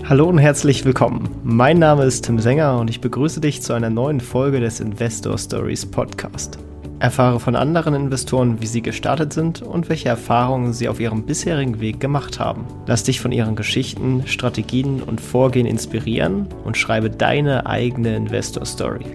Hallo und herzlich willkommen. Mein Name ist Tim Sänger und ich begrüße dich zu einer neuen Folge des Investor Stories Podcast. Erfahre von anderen Investoren, wie sie gestartet sind und welche Erfahrungen sie auf ihrem bisherigen Weg gemacht haben. Lass dich von ihren Geschichten, Strategien und Vorgehen inspirieren und schreibe deine eigene Investor Story.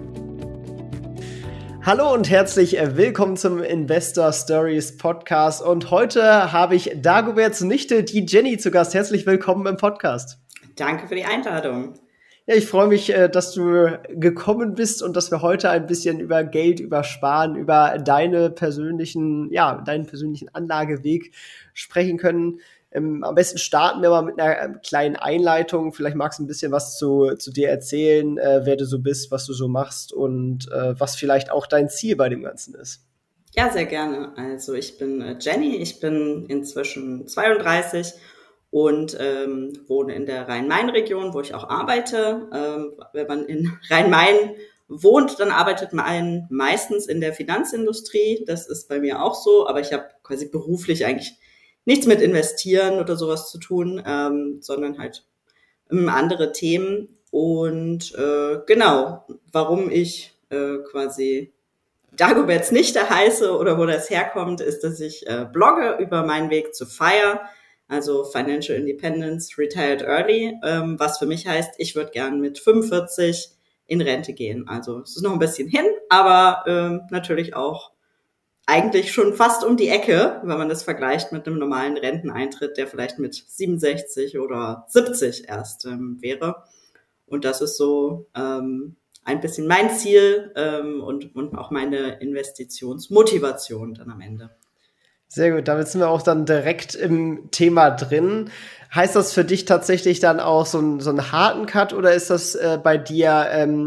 Hallo und herzlich willkommen zum Investor Stories Podcast und heute habe ich Dagoberts Nichte, die Jenny, zu Gast. Herzlich willkommen im Podcast. Danke für die Einladung. Ja, ich freue mich, dass du gekommen bist und dass wir heute ein bisschen über Geld, über Sparen, über deinen persönlichen Anlageweg sprechen können. Am besten starten wir mal mit einer kleinen Einleitung. Vielleicht magst du ein bisschen was zu dir erzählen, wer du so bist, was du so machst und was vielleicht auch dein Ziel bei dem Ganzen ist. Ja, sehr gerne. Also ich bin Jenny, ich bin inzwischen 32 und wohne in der Rhein-Main-Region, wo ich auch arbeite. Wenn man in Rhein-Main wohnt, dann arbeitet man meistens in der Finanzindustrie. Das ist bei mir auch so, aber ich habe quasi beruflich eigentlich nichts mit Investieren oder sowas zu tun, sondern halt andere Themen. Und genau, warum ich quasi Dagoberts Nichte heiße oder wo das herkommt, ist, dass ich blogge über meinen Weg zu FIRE, also Financial Independence, Retired Early, was für mich heißt, ich würde gern mit 45 in Rente gehen. Also es ist noch ein bisschen hin, aber natürlich auch eigentlich schon fast um die Ecke, wenn man das vergleicht mit einem normalen Renteneintritt, der vielleicht mit 67 oder 70 erst wäre. Und das ist so ein bisschen mein Ziel und auch meine Investitionsmotivation dann am Ende. Sehr gut, damit sind wir auch dann direkt im Thema drin. Heißt das für dich tatsächlich dann auch so ein harten Cut oder ist das bei dir,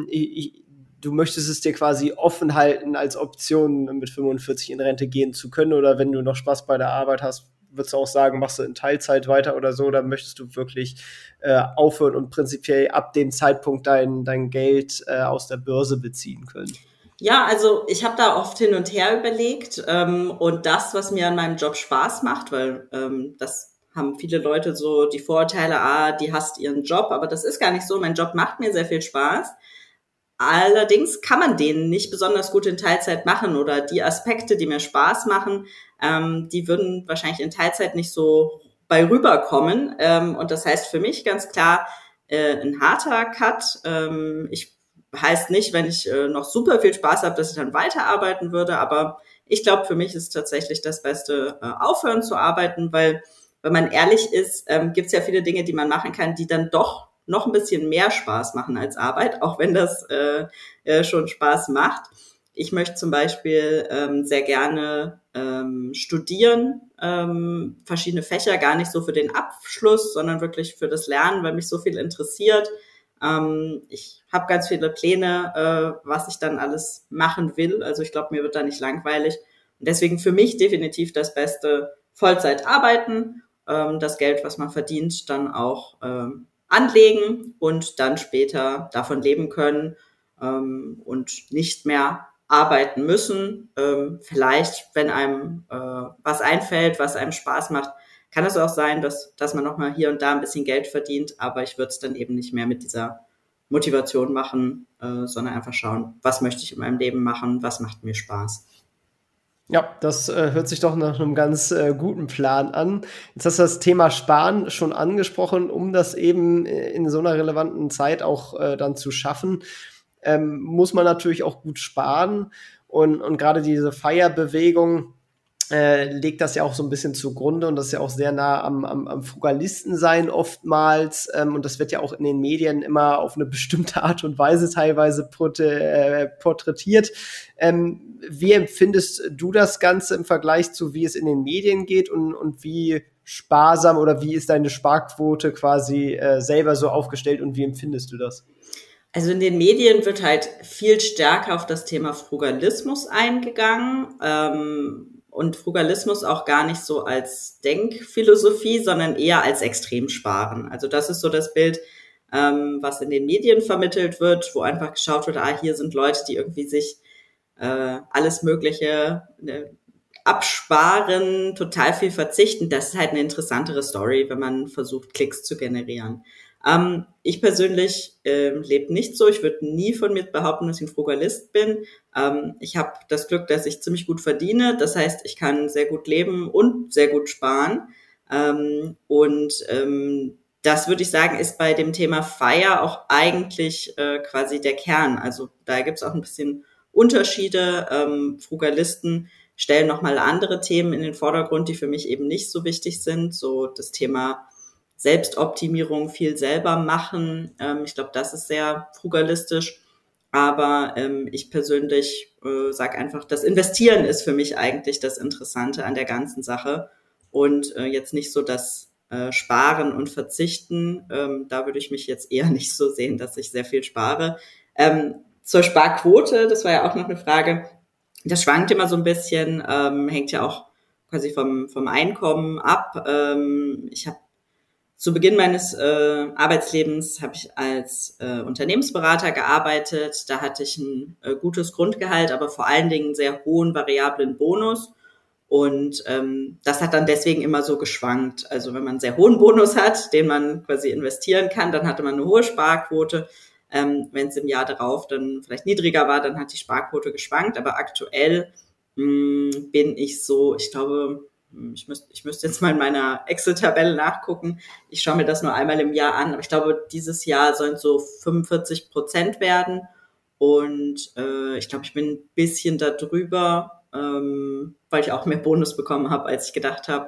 du möchtest es dir quasi offen halten als Option, mit 45 in Rente gehen zu können, oder wenn du noch Spaß bei der Arbeit hast, würdest du auch sagen, machst du in Teilzeit weiter oder so, oder möchtest du wirklich aufhören und prinzipiell ab dem Zeitpunkt dein Geld aus der Börse beziehen können? Ja, also ich habe da oft hin und her überlegt und das, was mir an meinem Job Spaß macht, weil das haben viele Leute so die Vorurteile, die hasst ihren Job, aber das ist gar nicht so. Mein Job macht mir sehr viel Spaß. Allerdings kann man den nicht besonders gut in Teilzeit machen oder die Aspekte, die mir Spaß machen, die würden wahrscheinlich in Teilzeit nicht so bei rüberkommen. Und das heißt für mich ganz klar ein harter Cut. Heißt nicht, wenn ich noch super viel Spaß habe, dass ich dann weiterarbeiten würde, aber ich glaube, für mich ist tatsächlich das Beste, aufhören zu arbeiten, weil, wenn man ehrlich ist, gibt es ja viele Dinge, die man machen kann, die dann doch noch ein bisschen mehr Spaß machen als Arbeit, auch wenn das schon Spaß macht. Ich möchte zum Beispiel sehr gerne studieren, verschiedene Fächer, gar nicht so für den Abschluss, sondern wirklich für das Lernen, weil mich so viel interessiert. Ich habe ganz viele Pläne, was ich dann alles machen will. Also ich glaube, mir wird da nicht langweilig. Und deswegen für mich definitiv das Beste, Vollzeit arbeiten, das Geld, was man verdient, dann auch anlegen und dann später davon leben können und nicht mehr arbeiten müssen. Vielleicht, wenn einem was einfällt, was einem Spaß macht, kann es auch sein, dass man nochmal hier und da ein bisschen Geld verdient, aber ich würde es dann eben nicht mehr mit dieser Motivation machen, sondern einfach schauen, was möchte ich in meinem Leben machen, was macht mir Spaß. Ja, das hört sich doch nach einem ganz guten Plan an. Jetzt hast du das Thema Sparen schon angesprochen, um das eben in so einer relevanten Zeit auch dann zu schaffen, muss man natürlich auch gut sparen. Und gerade diese FIRE-Bewegung legt das ja auch so ein bisschen zugrunde und das ist ja auch sehr nah am Frugalisten sein oftmals und das wird ja auch in den Medien immer auf eine bestimmte Art und Weise teilweise porträtiert. Wie empfindest du das Ganze im Vergleich zu, wie es in den Medien geht und wie sparsam oder wie ist deine Sparquote quasi selber so aufgestellt und wie empfindest du das? Also in den Medien wird halt viel stärker auf das Thema Frugalismus eingegangen. Und Frugalismus auch gar nicht so als Denkphilosophie, sondern eher als Extremsparen. Also das ist so das Bild, was in den Medien vermittelt wird, wo einfach geschaut wird, hier sind Leute, die irgendwie sich alles Mögliche absparen, total viel verzichten, das ist halt eine interessantere Story, wenn man versucht, Klicks zu generieren. Ich persönlich lebe nicht so. Ich würde nie von mir behaupten, dass ich ein Frugalist bin. Ich habe das Glück, dass ich ziemlich gut verdiene. Das heißt, ich kann sehr gut leben und sehr gut sparen. Das würde ich sagen, ist bei dem Thema FIRE auch eigentlich quasi der Kern. Also da gibt es auch ein bisschen Unterschiede. Frugalisten stellen nochmal andere Themen in den Vordergrund, die für mich eben nicht so wichtig sind. So das Thema Selbstoptimierung, viel selber machen. Ich glaube, das ist sehr frugalistisch. Aber ich persönlich sage einfach, das Investieren ist für mich eigentlich das Interessante an der ganzen Sache. Und jetzt nicht so das Sparen und Verzichten. Da würde ich mich jetzt eher nicht so sehen, dass ich sehr viel spare. Zur Sparquote, das war ja auch noch eine Frage. Das schwankt immer so ein bisschen, hängt ja auch quasi vom Einkommen ab. Ich habe zu Beginn meines Arbeitslebens habe ich als Unternehmensberater gearbeitet. Da hatte ich ein gutes Grundgehalt, aber vor allen Dingen einen sehr hohen variablen Bonus. Und das hat dann deswegen immer so geschwankt. Also wenn man einen sehr hohen Bonus hat, den man quasi investieren kann, dann hatte man eine hohe Sparquote. Wenn es im Jahr darauf dann vielleicht niedriger war, dann hat die Sparquote geschwankt. Aber aktuell bin ich so, ich glaube, ich müsste jetzt mal in meiner Excel-Tabelle nachgucken. Ich schaue mir das nur einmal im Jahr an. Aber ich glaube, dieses Jahr sollen es so 45% werden. Und ich glaube, ich bin ein bisschen da drüber, weil ich auch mehr Bonus bekommen habe, als ich gedacht habe.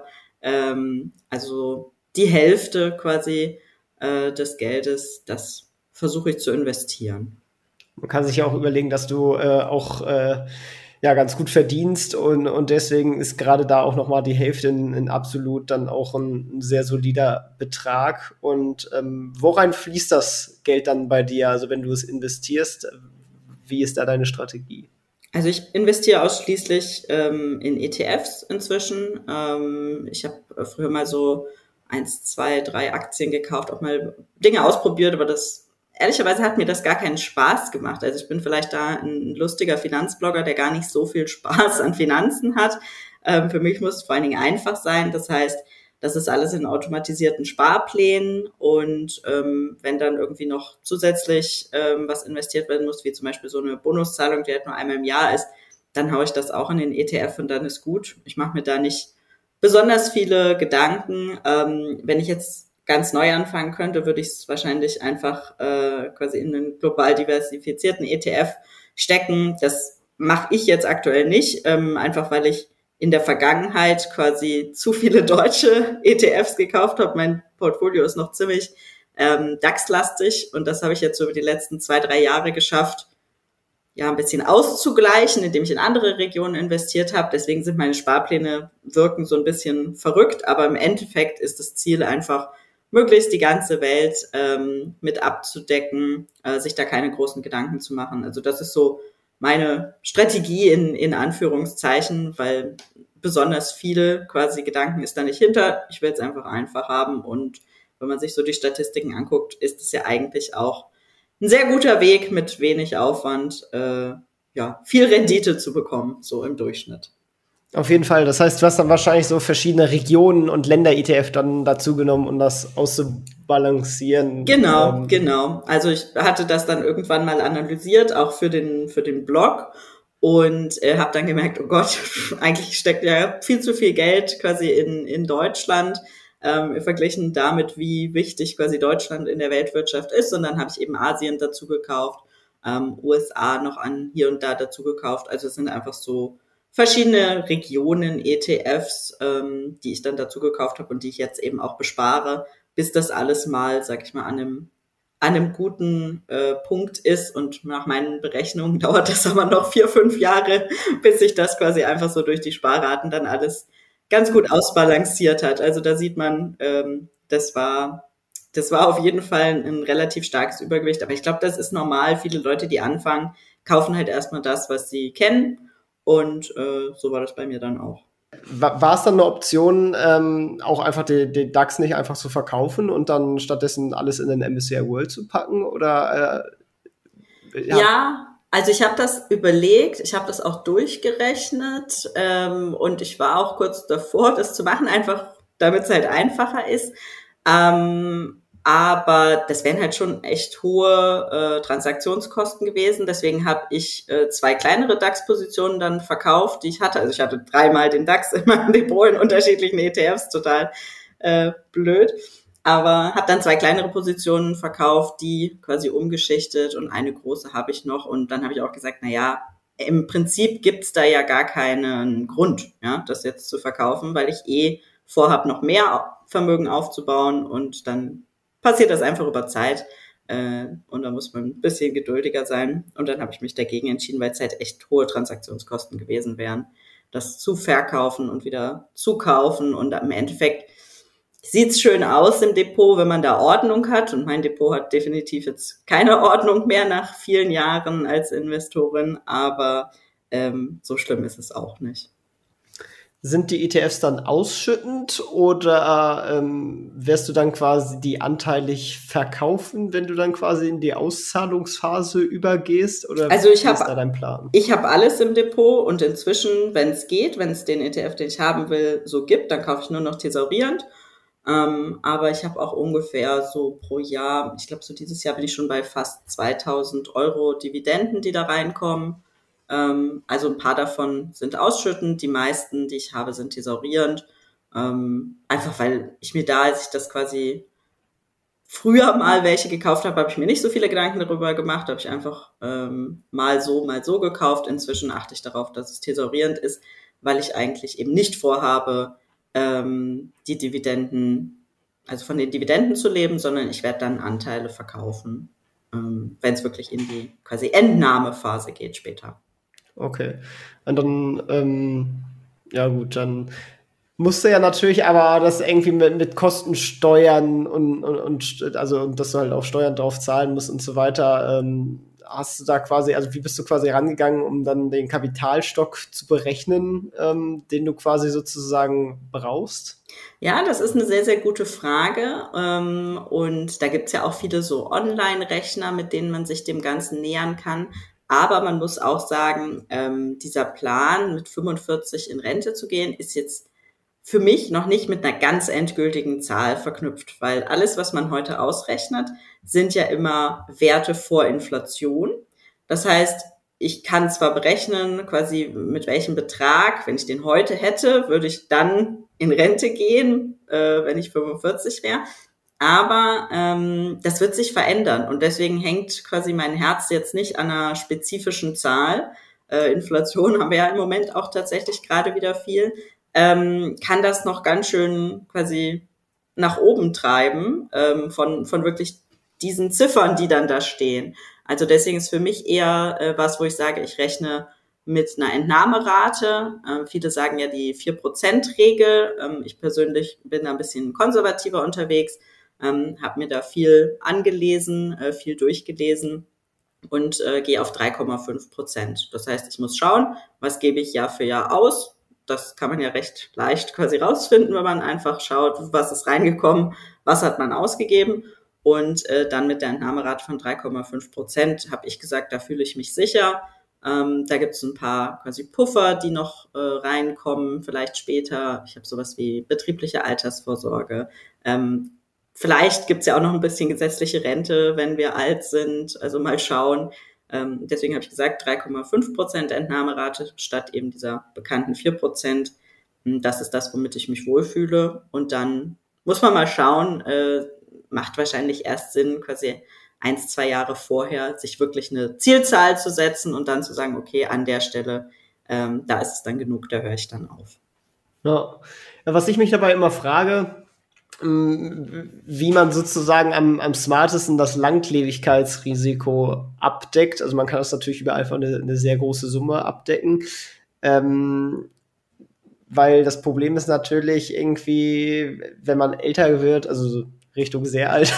Also die Hälfte quasi des Geldes, das versuche ich zu investieren. Man kann sich ja auch überlegen, dass du auch ja ganz gut verdienst und deswegen ist gerade da auch nochmal die Hälfte in absolut dann auch ein sehr solider Betrag. Und worein fließt das Geld dann bei dir? Also wenn du es investierst, wie ist da deine Strategie? Also ich investiere ausschließlich in ETFs inzwischen. Ich habe früher mal so 1, 2, 3 Aktien gekauft, auch mal Dinge ausprobiert, aber ehrlicherweise hat mir das gar keinen Spaß gemacht. Also ich bin vielleicht da ein lustiger Finanzblogger, der gar nicht so viel Spaß an Finanzen hat. Für mich muss es vor allen Dingen einfach sein. Das heißt, das ist alles in automatisierten Sparplänen und wenn dann irgendwie noch zusätzlich was investiert werden muss, wie zum Beispiel so eine Bonuszahlung, die halt nur einmal im Jahr ist, dann haue ich das auch in den ETF und dann ist gut. Ich mache mir da nicht besonders viele Gedanken. Wenn ich jetzt ganz neu anfangen könnte, würde ich es wahrscheinlich einfach quasi in einen global diversifizierten ETF stecken. Das mache ich jetzt aktuell nicht, einfach weil ich in der Vergangenheit quasi zu viele deutsche ETFs gekauft habe. Mein Portfolio ist noch ziemlich DAX-lastig und das habe ich jetzt so über die letzten 2, 3 Jahre geschafft, ja, ein bisschen auszugleichen, indem ich in andere Regionen investiert habe. Deswegen sind meine Sparpläne wirken so ein bisschen verrückt, aber im Endeffekt ist das Ziel einfach, möglichst die ganze Welt mit abzudecken, sich da keine großen Gedanken zu machen. Also das ist so meine Strategie in Anführungszeichen, weil besonders viele quasi Gedanken ist da nicht hinter. Ich will es einfach haben und wenn man sich so die Statistiken anguckt, ist es ja eigentlich auch ein sehr guter Weg mit wenig Aufwand, ja, viel Rendite zu bekommen, so im Durchschnitt. Auf jeden Fall. Das heißt, du hast dann wahrscheinlich so verschiedene Regionen und Länder-ETF dann dazu genommen, um das auszubalancieren. Genau. Also ich hatte das dann irgendwann mal analysiert, auch für den Blog und habe dann gemerkt, oh Gott, eigentlich steckt ja viel zu viel Geld quasi in Deutschland, verglichen damit, wie wichtig quasi Deutschland in der Weltwirtschaft ist. Und dann habe ich eben Asien dazu gekauft, USA noch hier und da dazu gekauft. Also es sind einfach so verschiedene Regionen, ETFs, die ich dann dazu gekauft habe und die ich jetzt eben auch bespare, bis das alles mal, sag ich mal, an einem guten Punkt ist. Und nach meinen Berechnungen dauert das aber noch 4, 5 Jahre, bis sich das quasi einfach so durch die Sparraten dann alles ganz gut ausbalanciert hat. Also da sieht man, das war auf jeden Fall ein relativ starkes Übergewicht. Aber ich glaube, das ist normal. Viele Leute, die anfangen, kaufen halt erstmal das, was sie kennen. Und so war das bei mir dann auch. War es dann eine Option, auch einfach den DAX nicht einfach zu verkaufen und dann stattdessen alles in den MSCI World zu packen? Oder ja, Also ich habe das überlegt, ich habe das auch durchgerechnet und ich war auch kurz davor, das zu machen, einfach damit es halt einfacher ist. Aber das wären halt schon echt hohe Transaktionskosten gewesen. Deswegen habe ich 2 kleinere DAX-Positionen dann verkauft, die ich hatte. Also ich hatte 3-mal den DAX in meinem Depot in unterschiedlichen ETFs, total blöd. Aber habe dann 2 kleinere Positionen verkauft, die quasi umgeschichtet und eine große habe ich noch. Und dann habe ich auch gesagt, na ja, im Prinzip gibt's da ja gar keinen Grund, ja, das jetzt zu verkaufen, weil ich vorhabe, noch mehr Vermögen aufzubauen und dann passiert das einfach über Zeit. Und da muss man ein bisschen geduldiger sein. Und dann habe ich mich dagegen entschieden, weil es halt echt hohe Transaktionskosten gewesen wären, das zu verkaufen und wieder zu kaufen. Und im Endeffekt sieht's schön aus im Depot, wenn man da Ordnung hat. Und mein Depot hat definitiv jetzt keine Ordnung mehr nach vielen Jahren als Investorin. Aber so schlimm ist es auch nicht. Sind die ETFs dann ausschüttend oder wirst du dann quasi die anteilig verkaufen, wenn du dann quasi in die Auszahlungsphase übergehst? Oder also wie ist da dein Plan? Ich habe alles im Depot und inzwischen, wenn es geht, wenn es den ETF, den ich haben will, so gibt, dann kaufe ich nur noch thesaurierend. Aber ich habe auch ungefähr so pro Jahr, ich glaube so dieses Jahr bin ich schon bei fast 2.000 Euro Dividenden, die da reinkommen. Also ein paar davon sind ausschüttend, die meisten, die ich habe, sind thesaurierend. Einfach weil ich mir da, als ich das quasi früher mal welche gekauft habe, habe ich mir nicht so viele Gedanken darüber gemacht, habe ich einfach mal so gekauft. Inzwischen achte ich darauf, dass es thesaurierend ist, weil ich eigentlich eben nicht vorhabe, die Dividenden, also von den Dividenden zu leben, sondern ich werde dann Anteile verkaufen, wenn es wirklich in die quasi Entnahmephase geht später. Okay. Und dann, ja gut, dann musst du ja natürlich aber das irgendwie mit Kosten steuern und also und dass du halt auch Steuern drauf zahlen musst und so weiter. Hast du da quasi, also wie bist du quasi rangegangen, um dann den Kapitalstock zu berechnen, den du quasi sozusagen brauchst? Ja, das ist eine sehr, sehr gute Frage. Und da gibt's ja auch viele so Online-Rechner, mit denen man sich dem Ganzen nähern kann. Aber man muss auch sagen, dieser Plan, mit 45 in Rente zu gehen, ist jetzt für mich noch nicht mit einer ganz endgültigen Zahl verknüpft, weil alles, was man heute ausrechnet, sind ja immer Werte vor Inflation. Das heißt, ich kann zwar berechnen, quasi mit welchem Betrag, wenn ich den heute hätte, würde ich dann in Rente gehen, wenn ich 45 wäre. Aber das wird sich verändern und deswegen hängt quasi mein Herz jetzt nicht an einer spezifischen Zahl. Inflation haben wir ja im Moment auch tatsächlich gerade wieder viel. Kann das noch ganz schön quasi nach oben treiben von wirklich diesen Ziffern, die dann da stehen. Also deswegen ist für mich eher was, wo ich sage, ich rechne mit einer Entnahmerate. Viele sagen ja die 4%-Regel. Ich persönlich bin da ein bisschen konservativer unterwegs, habe mir da viel angelesen, viel durchgelesen und gehe auf 3,5%. Das heißt, ich muss schauen, was gebe ich Jahr für Jahr aus. Das kann man ja recht leicht quasi rausfinden, wenn man einfach schaut, was ist reingekommen, was hat man ausgegeben. Und dann mit der Entnahmerate von 3,5% habe ich gesagt, da fühle ich mich sicher. Da gibt es ein paar quasi Puffer, die noch reinkommen, vielleicht später. Ich habe sowas wie betriebliche Altersvorsorge. Vielleicht gibt es ja auch noch ein bisschen gesetzliche Rente, wenn wir alt sind. Also mal schauen. Deswegen habe ich gesagt 3,5% Entnahmerate statt eben dieser bekannten 4%. Das ist das, womit ich mich wohlfühle. Und dann muss man mal schauen, macht wahrscheinlich erst Sinn, quasi 1-2 Jahre vorher sich wirklich eine Zielzahl zu setzen und dann zu sagen, okay, an der Stelle, da ist es dann genug, da höre ich dann auf. Ja. Was ich mich dabei immer frage, wie man sozusagen am smartesten das Langlebigkeitsrisiko abdeckt. Also man kann das natürlich über einfach eine sehr große Summe abdecken. Weil das Problem ist natürlich irgendwie, wenn man älter wird, also Richtung sehr alt,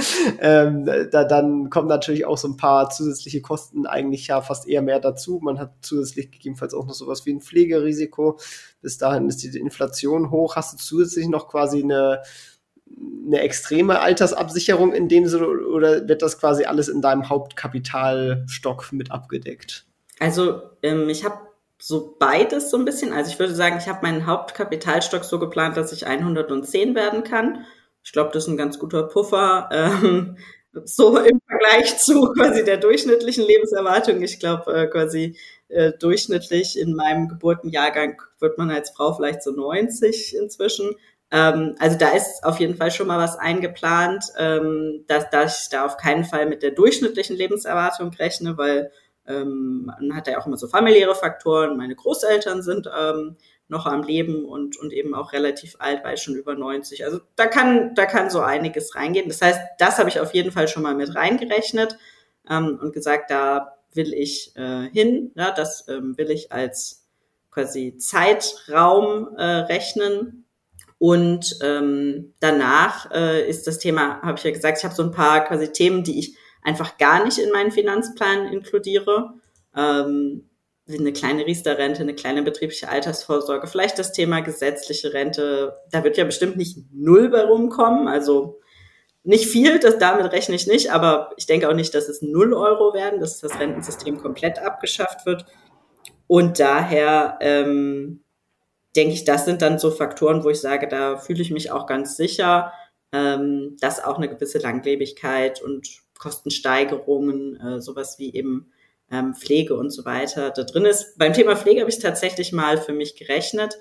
dann kommen natürlich auch so ein paar zusätzliche Kosten eigentlich ja fast eher mehr dazu. Man hat zusätzlich gegebenenfalls auch noch sowas wie ein Pflegerisiko. Bis dahin ist die Inflation hoch. Hast du zusätzlich noch quasi eine eine extreme Altersabsicherung in dem Sinne, oder wird das quasi alles in deinem Hauptkapitalstock mit abgedeckt? Also ich habe so beides so ein bisschen. Also ich würde sagen, ich habe meinen Hauptkapitalstock so geplant, dass ich 110 werden kann. Ich glaube, das ist ein ganz guter Puffer. So im Vergleich zu quasi der durchschnittlichen Lebenserwartung. Ich glaube, quasi durchschnittlich in meinem Geburtenjahrgang wird man als Frau vielleicht so 90 inzwischen. Also da ist auf jeden Fall schon mal was eingeplant, dass ich da auf keinen Fall mit der durchschnittlichen Lebenserwartung rechne, weil man hat ja auch immer so familiäre Faktoren. Meine Großeltern sind noch am Leben und eben auch relativ alt, weil schon über 90. Also da kann so einiges reingehen. Das heißt, das habe ich auf jeden Fall schon mal mit reingerechnet und gesagt, da will ich hin. Ja, das will ich als quasi Zeitraum rechnen. Und danach ist das Thema, habe ich ja gesagt, ich habe so ein paar quasi Themen, die ich einfach gar nicht in meinen Finanzplan inkludiere. Eine kleine Riester-Rente, eine kleine betriebliche Altersvorsorge, vielleicht das Thema gesetzliche Rente. Da wird ja bestimmt nicht null bei rumkommen, also nicht viel, damit rechne ich nicht, aber ich denke auch nicht, dass es 0 Euro werden, dass das Rentensystem komplett abgeschafft wird. Und daher denke ich, das sind dann so Faktoren, wo ich sage, da fühle ich mich auch ganz sicher, dass auch eine gewisse Langlebigkeit und Kostensteigerungen, sowas wie eben Pflege und so weiter da drin ist. Beim Thema Pflege habe ich tatsächlich mal für mich gerechnet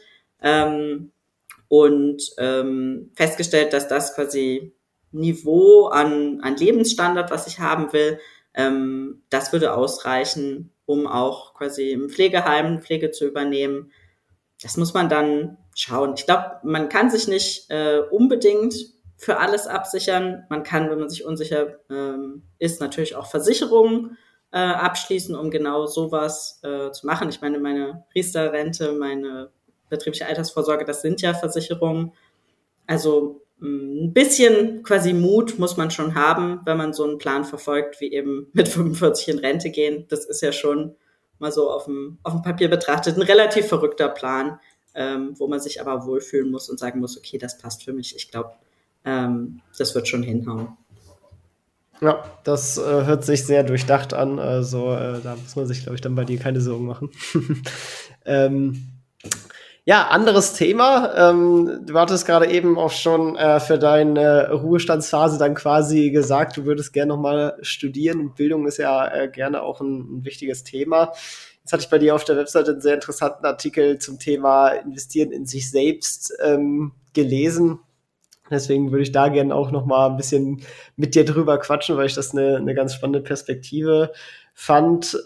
und festgestellt, dass das quasi Niveau an Lebensstandard, was ich haben will, das würde ausreichen, um auch quasi im Pflegeheim Pflege zu übernehmen. Das muss man dann schauen. Ich glaube, man kann sich nicht unbedingt für alles absichern. Man kann, wenn man sich unsicher ist, natürlich auch Versicherungen abschließen, um genau sowas zu machen. Ich meine, meine Riester-Rente, meine betriebliche Altersvorsorge, das sind ja Versicherungen. Also ein bisschen quasi Mut muss man schon haben, wenn man so einen Plan verfolgt, wie eben mit 45 in Rente gehen. Das ist ja schon mal so auf dem Papier betrachtet ein relativ verrückter Plan, wo man sich aber wohlfühlen muss und sagen muss, okay, das passt für mich. Ich glaube, das wird schon hinhauen. Ja, das hört sich sehr durchdacht an. Also da muss man sich, glaube ich, dann bei dir keine Sorgen machen. Ja, anderes Thema. Du hattest gerade eben auch schon für deine Ruhestandsphase dann quasi gesagt, du würdest gerne nochmal studieren. Und Bildung ist ja gerne auch ein wichtiges Thema. Jetzt hatte ich bei dir auf der Webseite einen sehr interessanten Artikel zum Thema Investieren in sich selbst gelesen. Deswegen würde ich da gerne auch noch mal ein bisschen mit dir drüber quatschen, weil ich das eine ganz spannende Perspektive fand.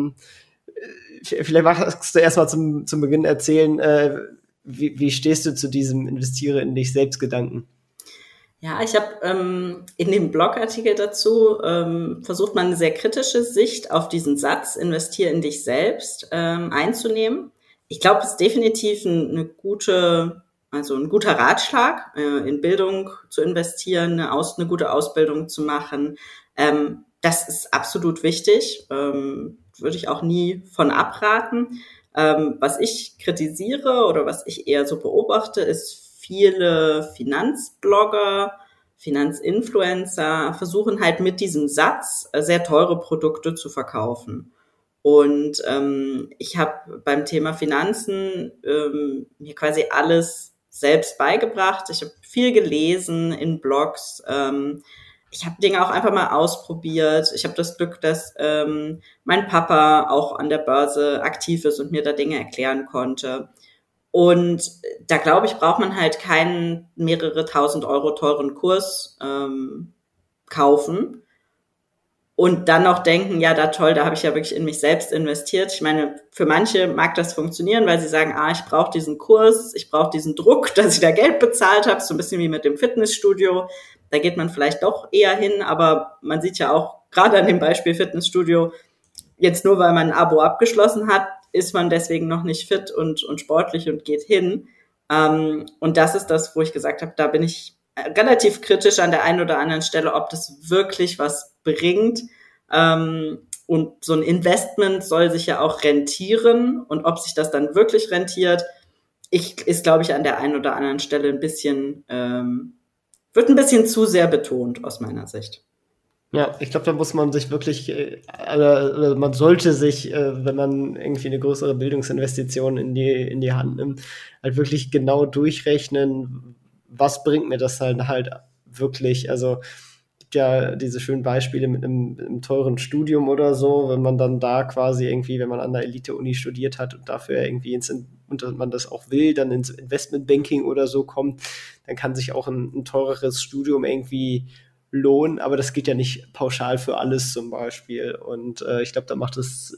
Vielleicht magst du erstmal zum Beginn erzählen, wie stehst du zu diesem Investiere in dich selbst Gedanken? Ja, ich habe in dem Blogartikel dazu versucht, mal eine sehr kritische Sicht auf diesen Satz, investiere in dich selbst, einzunehmen. Ich glaube, es ist definitiv ein guter Ratschlag, in Bildung zu investieren, eine gute Ausbildung zu machen. Das ist absolut wichtig, würde ich auch nie von abraten. Was ich kritisiere oder was ich eher so beobachte, ist, viele Finanzblogger, Finanzinfluencer versuchen halt mit diesem Satz sehr teure Produkte zu verkaufen. Und ich habe beim Thema Finanzen mir quasi alles selbst beigebracht. Ich habe viel gelesen in Blogs. Ich habe Dinge auch einfach mal ausprobiert. Ich habe das Glück, dass mein Papa auch an der Börse aktiv ist und mir da Dinge erklären konnte. Und da glaube ich, braucht man halt keinen mehrere 1.000 Euro teuren Kurs kaufen und dann noch denken, ja, da toll, da habe ich ja wirklich in mich selbst investiert. Ich meine, für manche mag das funktionieren, weil sie sagen, ich brauche diesen Kurs, ich brauche diesen Druck, dass ich da Geld bezahlt habe, so ein bisschen wie mit dem Fitnessstudio. Da geht man vielleicht doch eher hin, aber man sieht ja auch gerade an dem Beispiel Fitnessstudio, jetzt nur weil man ein Abo abgeschlossen hat, ist man deswegen noch nicht fit und sportlich und geht hin. Und das ist das, wo ich gesagt habe, da bin ich relativ kritisch an der einen oder anderen Stelle, ob das wirklich was bringt. Und so ein Investment soll sich ja auch rentieren. Und ob sich das dann wirklich rentiert, ist, glaube ich, an der einen oder anderen Stelle ein bisschen wird ein bisschen zu sehr betont aus meiner Sicht. Ja, ich glaube, da muss man sich wirklich, oder man sollte sich, wenn man irgendwie eine größere Bildungsinvestition in die Hand nimmt, halt wirklich genau durchrechnen, was bringt mir das halt wirklich. Also gibt ja diese schönen Beispiele mit einem teuren Studium oder so, wenn man dann da quasi irgendwie, wenn man an der Elite-Uni studiert hat und dafür irgendwie und man das auch will, dann ins Investmentbanking oder so kommt, dann kann sich auch ein teureres Studium irgendwie lohnen, aber das geht ja nicht pauschal für alles zum Beispiel. Und ich glaube, da macht es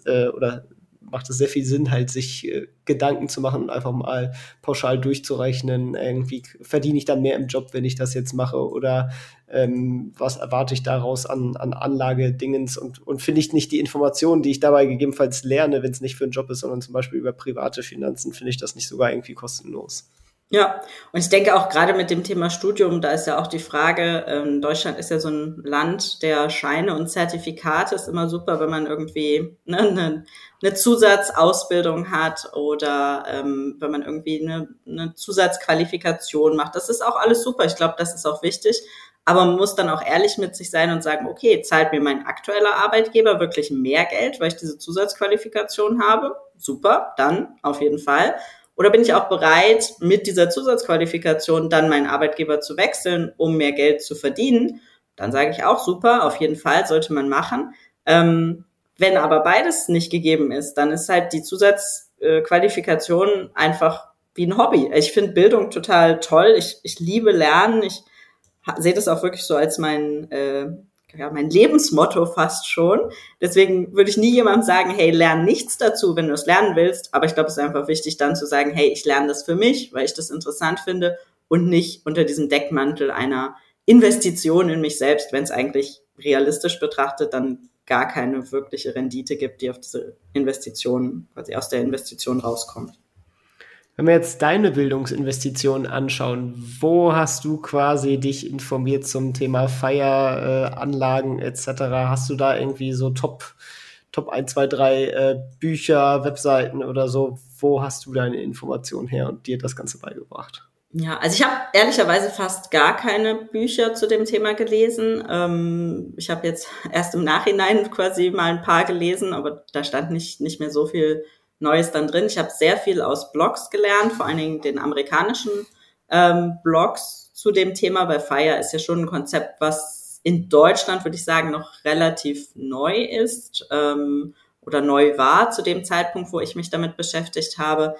sehr viel Sinn, halt sich Gedanken zu machen und einfach mal pauschal durchzurechnen, irgendwie verdiene ich dann mehr im Job, wenn ich das jetzt mache, oder was erwarte ich daraus an Anlagedingens, und finde ich nicht die Informationen, die ich dabei gegebenenfalls lerne, wenn es nicht für einen Job ist, sondern zum Beispiel über private Finanzen, finde ich das nicht sogar irgendwie kostenlos. Ja, und ich denke auch gerade mit dem Thema Studium, da ist ja auch die Frage, Deutschland ist ja so ein Land der Scheine und Zertifikate, ist immer super, wenn man irgendwie eine Zusatzausbildung hat oder wenn man irgendwie eine Zusatzqualifikation macht. Das ist auch alles super, ich glaube, das ist auch wichtig, aber man muss dann auch ehrlich mit sich sein und sagen, okay, zahlt mir mein aktueller Arbeitgeber wirklich mehr Geld, weil ich diese Zusatzqualifikation habe? Super, dann auf jeden Fall. Oder bin ich auch bereit, mit dieser Zusatzqualifikation dann meinen Arbeitgeber zu wechseln, um mehr Geld zu verdienen? Dann sage ich auch super, auf jeden Fall sollte man machen. Wenn aber beides nicht gegeben ist, dann ist halt die Zusatzqualifikation einfach wie ein Hobby. Ich finde Bildung total toll. Ich liebe Lernen. Ich sehe das auch wirklich so als mein Lebensmotto fast schon. Deswegen würde ich nie jemandem sagen, hey, lern nichts dazu, wenn du es lernen willst. Aber ich glaube, es ist einfach wichtig, dann zu sagen, hey, ich lerne das für mich, weil ich das interessant finde und nicht unter diesem Deckmantel einer Investition in mich selbst, wenn es eigentlich realistisch betrachtet dann gar keine wirkliche Rendite gibt, die auf diese Investition, quasi aus der Investition rauskommt. Wenn wir jetzt deine Bildungsinvestitionen anschauen, wo hast du quasi dich informiert zum Thema FIRE, Anlagen etc.? Hast du da irgendwie so Top 1, 2, 3 Bücher, Webseiten oder so? Wo hast du deine Informationen her und dir das Ganze beigebracht? Ja, also ich habe ehrlicherweise fast gar keine Bücher zu dem Thema gelesen. Ich habe jetzt erst im Nachhinein quasi mal ein paar gelesen, aber da stand nicht mehr so viel Neues dann drin. Ich habe sehr viel aus Blogs gelernt, vor allen Dingen den amerikanischen Blogs zu dem Thema, weil FIRE ist ja schon ein Konzept, was in Deutschland, würde ich sagen, noch relativ neu ist oder neu war zu dem Zeitpunkt, wo ich mich damit beschäftigt habe.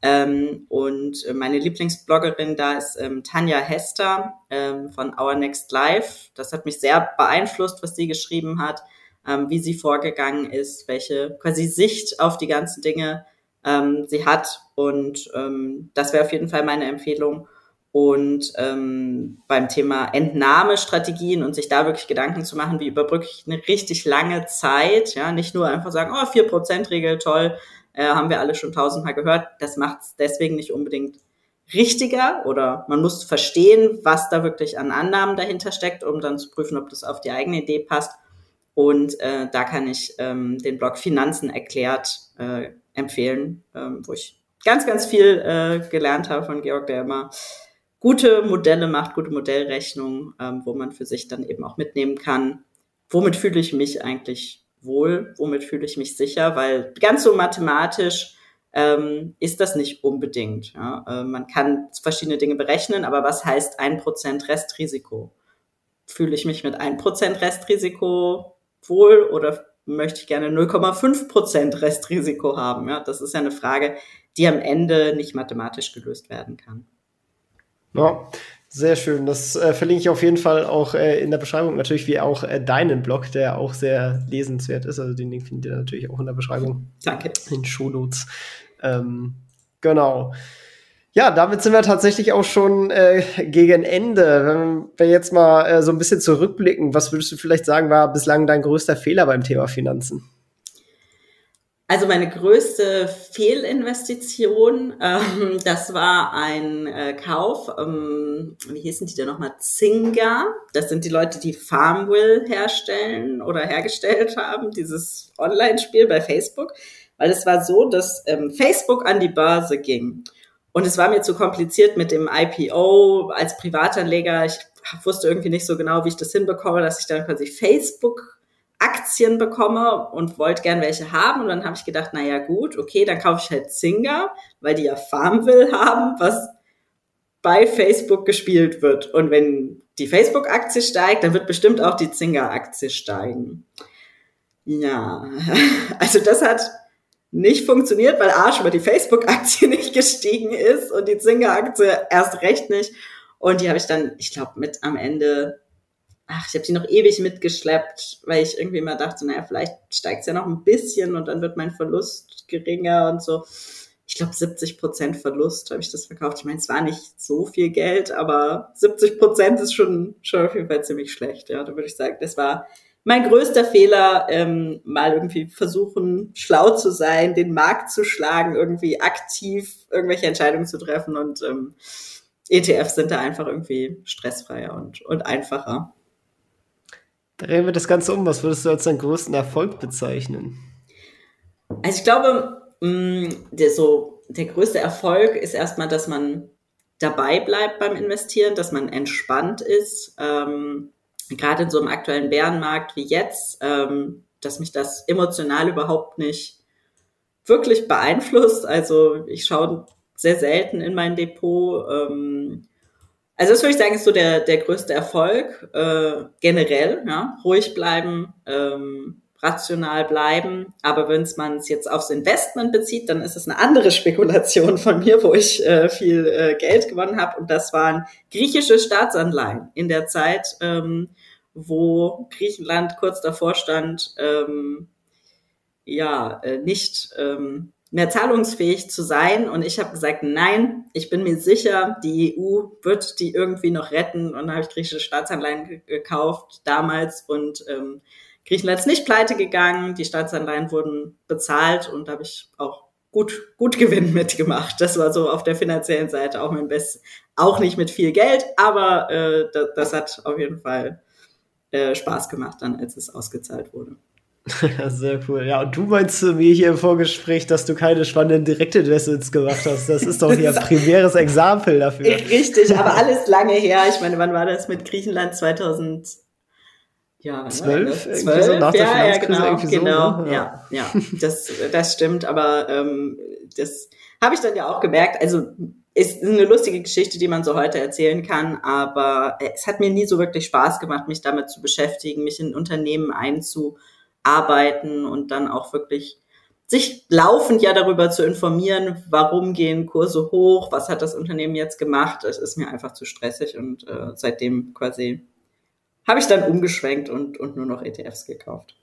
Und meine Lieblingsbloggerin da ist Tanja Hester von Our Next Life. Das hat mich sehr beeinflusst, was sie geschrieben hat, wie sie vorgegangen ist, welche quasi Sicht auf die ganzen Dinge sie hat. Und das wäre auf jeden Fall meine Empfehlung. Und beim Thema Entnahmestrategien und sich da wirklich Gedanken zu machen, wie überbrücke ich eine richtig lange Zeit, ja, nicht nur einfach sagen, oh, 4%-Regel, toll, haben wir alle schon 1000-mal gehört. Das macht es deswegen nicht unbedingt richtiger oder man muss verstehen, was da wirklich an Annahmen dahinter steckt, um dann zu prüfen, ob das auf die eigene Idee passt. Und da kann ich den Blog Finanzen erklärt empfehlen, wo ich ganz, ganz viel gelernt habe von Georg, der immer gute Modelle macht, gute Modellrechnungen, wo man für sich dann eben auch mitnehmen kann, womit fühle ich mich eigentlich wohl, womit fühle ich mich sicher, weil ganz so mathematisch ist das nicht unbedingt. Ja? Man kann verschiedene Dinge berechnen, aber was heißt 1% Restrisiko? Fühle ich mich mit 1% Restrisiko wohl oder möchte ich gerne 0,5% Restrisiko haben? Ja? Das ist ja eine Frage, die am Ende nicht mathematisch gelöst werden kann. Ja, sehr schön. Das verlinke ich auf jeden Fall auch in der Beschreibung. Natürlich wie auch deinen Blog, der auch sehr lesenswert ist. Also den Link findet ihr natürlich auch in der Beschreibung. Danke. In den Shownotes. Genau. Ja, damit sind wir tatsächlich auch schon gegen Ende. Wenn wir jetzt mal so ein bisschen zurückblicken, was würdest du vielleicht sagen, war bislang dein größter Fehler beim Thema Finanzen? Also meine größte Fehlinvestition, das war ein Kauf, wie hießen die denn nochmal? Zynga. Das sind die Leute, die Farmville herstellen oder hergestellt haben, dieses Online-Spiel bei Facebook. Weil es war so, dass Facebook an die Börse ging. Und es war mir zu kompliziert mit dem IPO als Privatanleger. Ich wusste irgendwie nicht so genau, wie ich das hinbekomme, dass ich dann quasi Facebook-Aktien bekomme und wollte gern welche haben. Und dann habe ich gedacht, naja gut, okay, dann kaufe ich halt Zynga, weil die ja Farmville haben, was bei Facebook gespielt wird. Und wenn die Facebook-Aktie steigt, dann wird bestimmt auch die Zynga-Aktie steigen. Ja, also das hat nicht funktioniert, weil A, schon mal die Facebook-Aktie nicht gestiegen ist und die Zynga-Aktie erst recht nicht. Und die habe ich dann, ich glaube, mit am Ende, ich habe die noch ewig mitgeschleppt, weil ich irgendwie mal dachte, naja, vielleicht steigt es ja noch ein bisschen und dann wird mein Verlust geringer und so. Ich glaube, 70% Verlust habe ich das verkauft. Ich meine, es war nicht so viel Geld, aber 70% ist schon auf jeden Fall ziemlich schlecht. Ja, da würde ich sagen, das war mein größter Fehler, mal irgendwie versuchen, schlau zu sein, den Markt zu schlagen, irgendwie aktiv irgendwelche Entscheidungen zu treffen und ETFs sind da einfach irgendwie stressfreier und einfacher. Drehen wir das Ganze um. Was würdest du als deinen größten Erfolg bezeichnen? Also ich glaube, der größte Erfolg ist erstmal, dass man dabei bleibt beim Investieren, dass man entspannt ist, gerade in so einem aktuellen Bärenmarkt wie jetzt, dass mich das emotional überhaupt nicht wirklich beeinflusst. Also ich schaue sehr selten in mein Depot. Also das würde ich sagen, ist so der größte Erfolg generell. Ja? Ruhig bleiben, rational bleiben. Aber wenn man es jetzt aufs Investment bezieht, dann ist es eine andere Spekulation von mir, wo ich viel Geld gewonnen habe. Und das waren griechische Staatsanleihen in der Zeit, wo Griechenland kurz davor stand, nicht mehr zahlungsfähig zu sein. Und ich habe gesagt, nein, ich bin mir sicher, die EU wird die irgendwie noch retten. Und dann habe ich griechische Staatsanleihen gekauft damals und Griechenland ist nicht pleite gegangen, die Staatsanleihen wurden bezahlt und da habe ich auch gut Gewinn mitgemacht. Das war so auf der finanziellen Seite auch mein Bestes. Auch nicht mit viel Geld, aber das hat auf jeden Fall Spaß gemacht dann, als es ausgezahlt wurde. Sehr cool. Ja, und du meinst zu mir hier im Vorgespräch, dass du keine spannenden Direktinvestments gemacht hast. Das ist doch hier ein primäres Exempel dafür. Richtig, aber alles lange her. Ich meine, wann war das mit Griechenland? 2012? So nach der Finanzkrise genau. So, ne? Ja, das stimmt, aber das habe ich dann ja auch gemerkt. Also ist eine lustige Geschichte, die man so heute erzählen kann, aber es hat mir nie so wirklich Spaß gemacht, mich damit zu beschäftigen, mich in Unternehmen einzuarbeiten und dann auch wirklich sich laufend ja darüber zu informieren, warum gehen Kurse hoch, was hat das Unternehmen jetzt gemacht. Es ist mir einfach zu stressig und seitdem quasi habe ich dann umgeschwenkt und nur noch ETFs gekauft.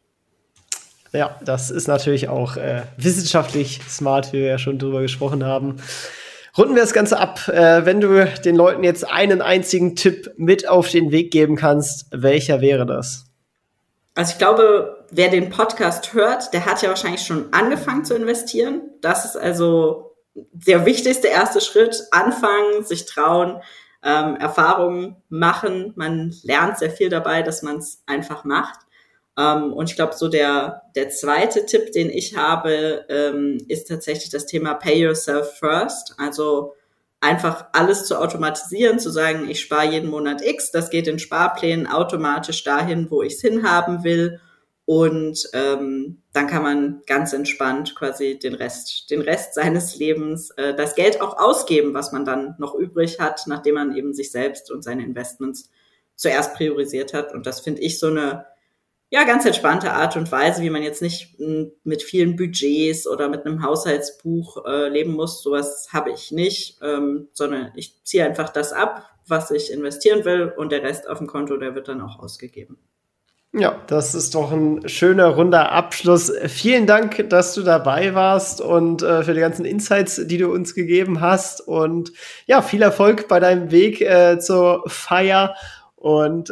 Ja, das ist natürlich auch wissenschaftlich smart, wie wir ja schon drüber gesprochen haben. Runden wir das Ganze ab. Wenn du den Leuten jetzt einen einzigen Tipp mit auf den Weg geben kannst, welcher wäre das? Also ich glaube, wer den Podcast hört, der hat ja wahrscheinlich schon angefangen zu investieren. Das ist also der wichtigste erste Schritt. Anfangen, sich trauen, Erfahrungen machen. Man lernt sehr viel dabei, dass man es einfach macht. Und ich glaube, so der zweite Tipp, den ich habe, ist tatsächlich das Thema Pay Yourself First. Also einfach alles zu automatisieren, zu sagen, ich spare jeden Monat X, das geht in Sparplänen automatisch dahin, wo ich es hinhaben will. Und dann kann man ganz entspannt quasi den Rest seines Lebens das Geld auch ausgeben, was man dann noch übrig hat, nachdem man eben sich selbst und seine Investments zuerst priorisiert hat. Und das finde ich so eine ganz entspannte Art und Weise, wie man jetzt nicht mit vielen Budgets oder mit einem Haushaltsbuch leben muss. Sowas habe ich nicht, sondern ich ziehe einfach das ab, was ich investieren will und der Rest auf dem Konto, der wird dann auch ausgegeben. Ja, das ist doch ein schöner, runder Abschluss. Vielen Dank, dass du dabei warst und für die ganzen Insights, die du uns gegeben hast. Und ja, viel Erfolg bei deinem Weg zur Feier. Und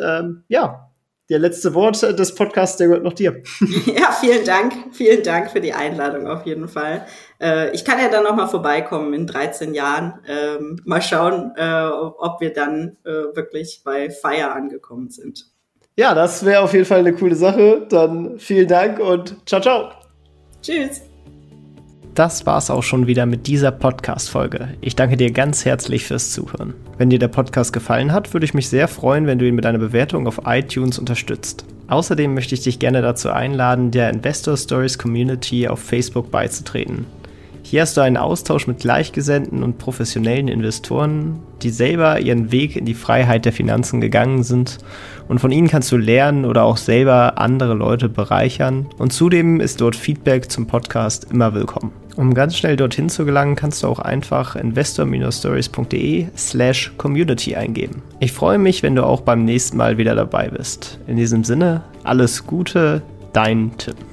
der letzte Wort des Podcasts, der gehört noch dir. Ja, vielen Dank. Vielen Dank für die Einladung auf jeden Fall. Ich kann ja dann noch mal vorbeikommen in 13 Jahren. Mal schauen, ob wir dann wirklich bei Fire angekommen sind. Ja, das wäre auf jeden Fall eine coole Sache. Dann vielen Dank und ciao, ciao. Tschüss. das war's auch schon wieder mit dieser Podcast-Folge. Ich danke dir ganz herzlich fürs Zuhören. Wenn dir der Podcast gefallen hat, würde ich mich sehr freuen, wenn du ihn mit einer Bewertung auf iTunes unterstützt. Außerdem möchte ich dich gerne dazu einladen, der Investor Stories Community auf Facebook beizutreten. Hier hast du einen Austausch mit Gleichgesinnten und professionellen Investoren, die selber ihren Weg in die Freiheit der Finanzen gegangen sind, und von ihnen kannst du lernen oder auch selber andere Leute bereichern, und zudem ist dort Feedback zum Podcast immer willkommen. Um ganz schnell dorthin zu gelangen, kannst du auch einfach investor-stories.de/community eingeben. Ich freue mich, wenn du auch beim nächsten Mal wieder dabei bist. In diesem Sinne, alles Gute, dein Tim.